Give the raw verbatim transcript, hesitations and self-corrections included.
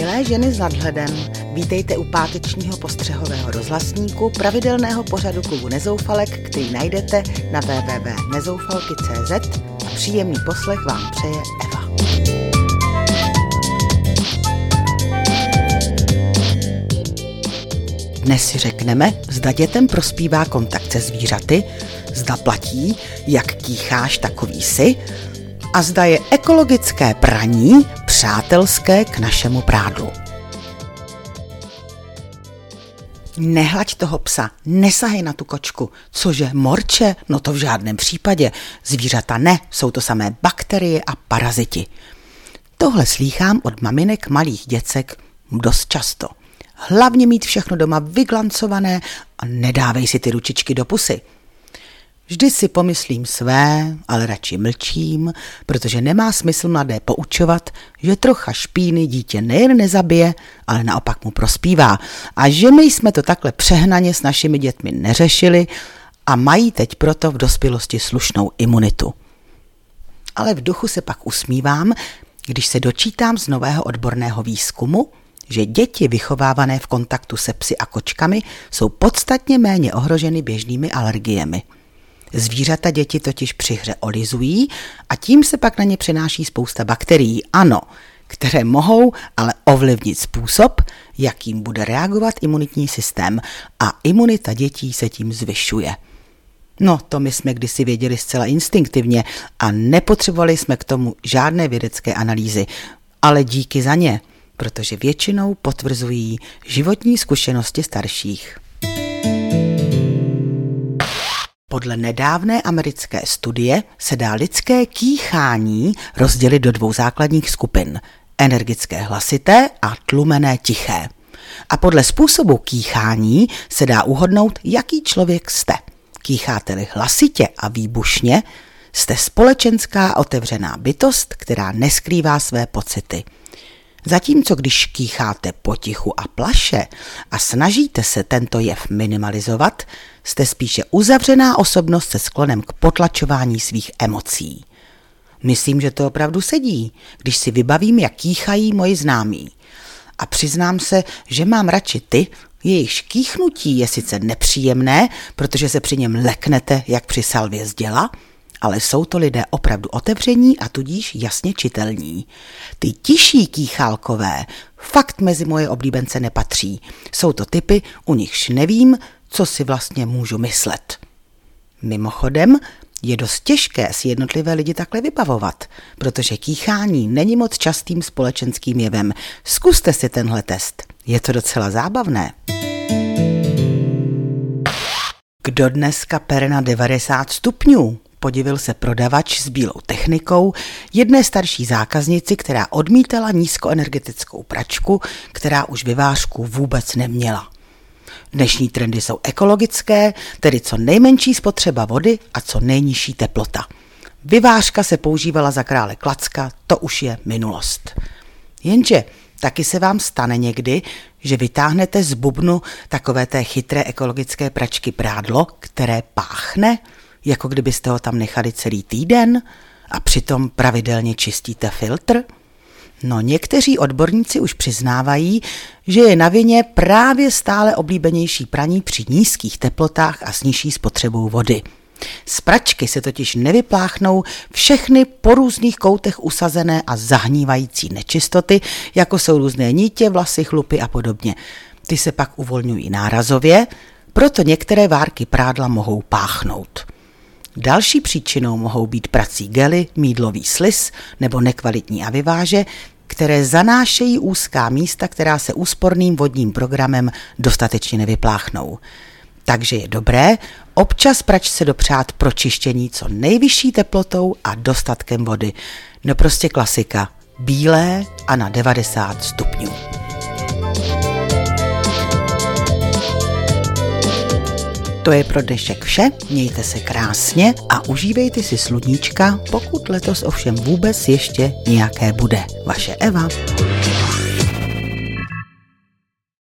Milé ženy s nadhledem, vítejte u pátečního postřehového rozhlasníku pravidelného pořadu klubu Nezoufalek, který najdete na w w w tečka nezoufalky tečka c z a příjemný poslech vám přeje Eva. Dnes si řekneme, zda dětem prospívá kontakt se zvířaty, zda platí, jak kýcháš, takový jsi, a zda je ekologické praní přátelské k našemu prádlu. Nehlaď toho psa, nesahej na tu kočku. Cože, morče? No to v žádném případě. Zvířata ne, jsou to samé bakterie a paraziti. Tohle slýchám od maminek malých děcek dost často. Hlavně mít všechno doma vyglancované a nedávej si ty ručičky do pusy. Vždy si pomyslím své, ale radši mlčím, protože nemá smysl mladé poučovat, že trocha špíny dítě nejen nezabije, ale naopak mu prospívá. A že my jsme to takhle přehnaně s našimi dětmi neřešili a mají teď proto v dospělosti slušnou imunitu. Ale v duchu se pak usmívám, když se dočítám z nového odborného výzkumu, že děti vychovávané v kontaktu se psy a kočkami jsou podstatně méně ohroženy běžnými alergiemi. Zvířata děti totiž při hře olizují a tím se pak na ně přenáší spousta bakterií, ano, které mohou ale ovlivnit způsob, jakým bude reagovat imunitní systém, a imunita dětí se tím zvyšuje. No, to my jsme kdysi věděli zcela instinktivně a nepotřebovali jsme k tomu žádné vědecké analýzy, ale díky za ně, protože většinou potvrzují životní zkušenosti starších. Podle nedávné americké studie se dá lidské kýchání rozdělit do dvou základních skupin. Energické hlasité a tlumené tiché. A podle způsobu kýchání se dá uhodnout, jaký člověk jste. Kýcháte-li hlasitě a výbušně, jste společenská otevřená bytost, která neskrývá své pocity. Zatímco když kýcháte potichu a plaše a snažíte se tento jev minimalizovat, jste spíše uzavřená osobnost se sklonem k potlačování svých emocí. Myslím, že to opravdu sedí, když si vybavím, jak kýchají moji známí. A přiznám se, že mám radši ty, jejichž kýchnutí je sice nepříjemné, protože se při něm leknete jak při salvě z děla, ale jsou to lidé opravdu otevření a tudíž jasně čitelní. Ty tiší kýchálkové fakt mezi moje oblíbence nepatří. Jsou to typy, u nichž nevím, co si vlastně můžu myslet. Mimochodem, je dost těžké si jednotlivé lidi takhle vybavovat, protože kýchání není moc častým společenským jevem. Zkuste si tenhle test, je to docela zábavné. Kdo dneska pere na devadesát stupňů? Podivil se prodavač s bílou technikou jedné starší zákaznici, která odmítala nízkoenergetickou pračku, která už vyvážku vůbec neměla. Dnešní trendy jsou ekologické, tedy co nejmenší spotřeba vody a co nejnižší teplota. Vyvážka se používala za krále Klacka, to už je minulost. Jenže taky se vám stane někdy, že vytáhnete z bubnu takové té chytré ekologické pračky prádlo, které páchne, jako kdybyste ho tam nechali celý týden a přitom pravidelně čistíte filtr? No, někteří odborníci už přiznávají, že je na vině právě stále oblíbenější praní při nízkých teplotách a s nižší spotřebou vody. Z pračky se totiž nevypláchnou všechny po různých koutech usazené a zahnívající nečistoty, jako jsou různé nítě, vlasy, chlupy a podobně. Ty se pak uvolňují nárazově, proto některé várky prádla mohou páchnout. Další příčinou mohou být prací gely, mýdlový sliz nebo nekvalitní aviváže, které zanášejí úzká místa, která se úsporným vodním programem dostatečně nevypláchnou. Takže je dobré občas pračce dopřát pročištění co nejvyšší teplotou a dostatkem vody. No prostě klasika, bílé a na devadesát stupňů. To je pro dnešek vše, mějte se krásně a užívejte si sluníčka, pokud letos ovšem vůbec ještě nějaké bude. Vaše Eva.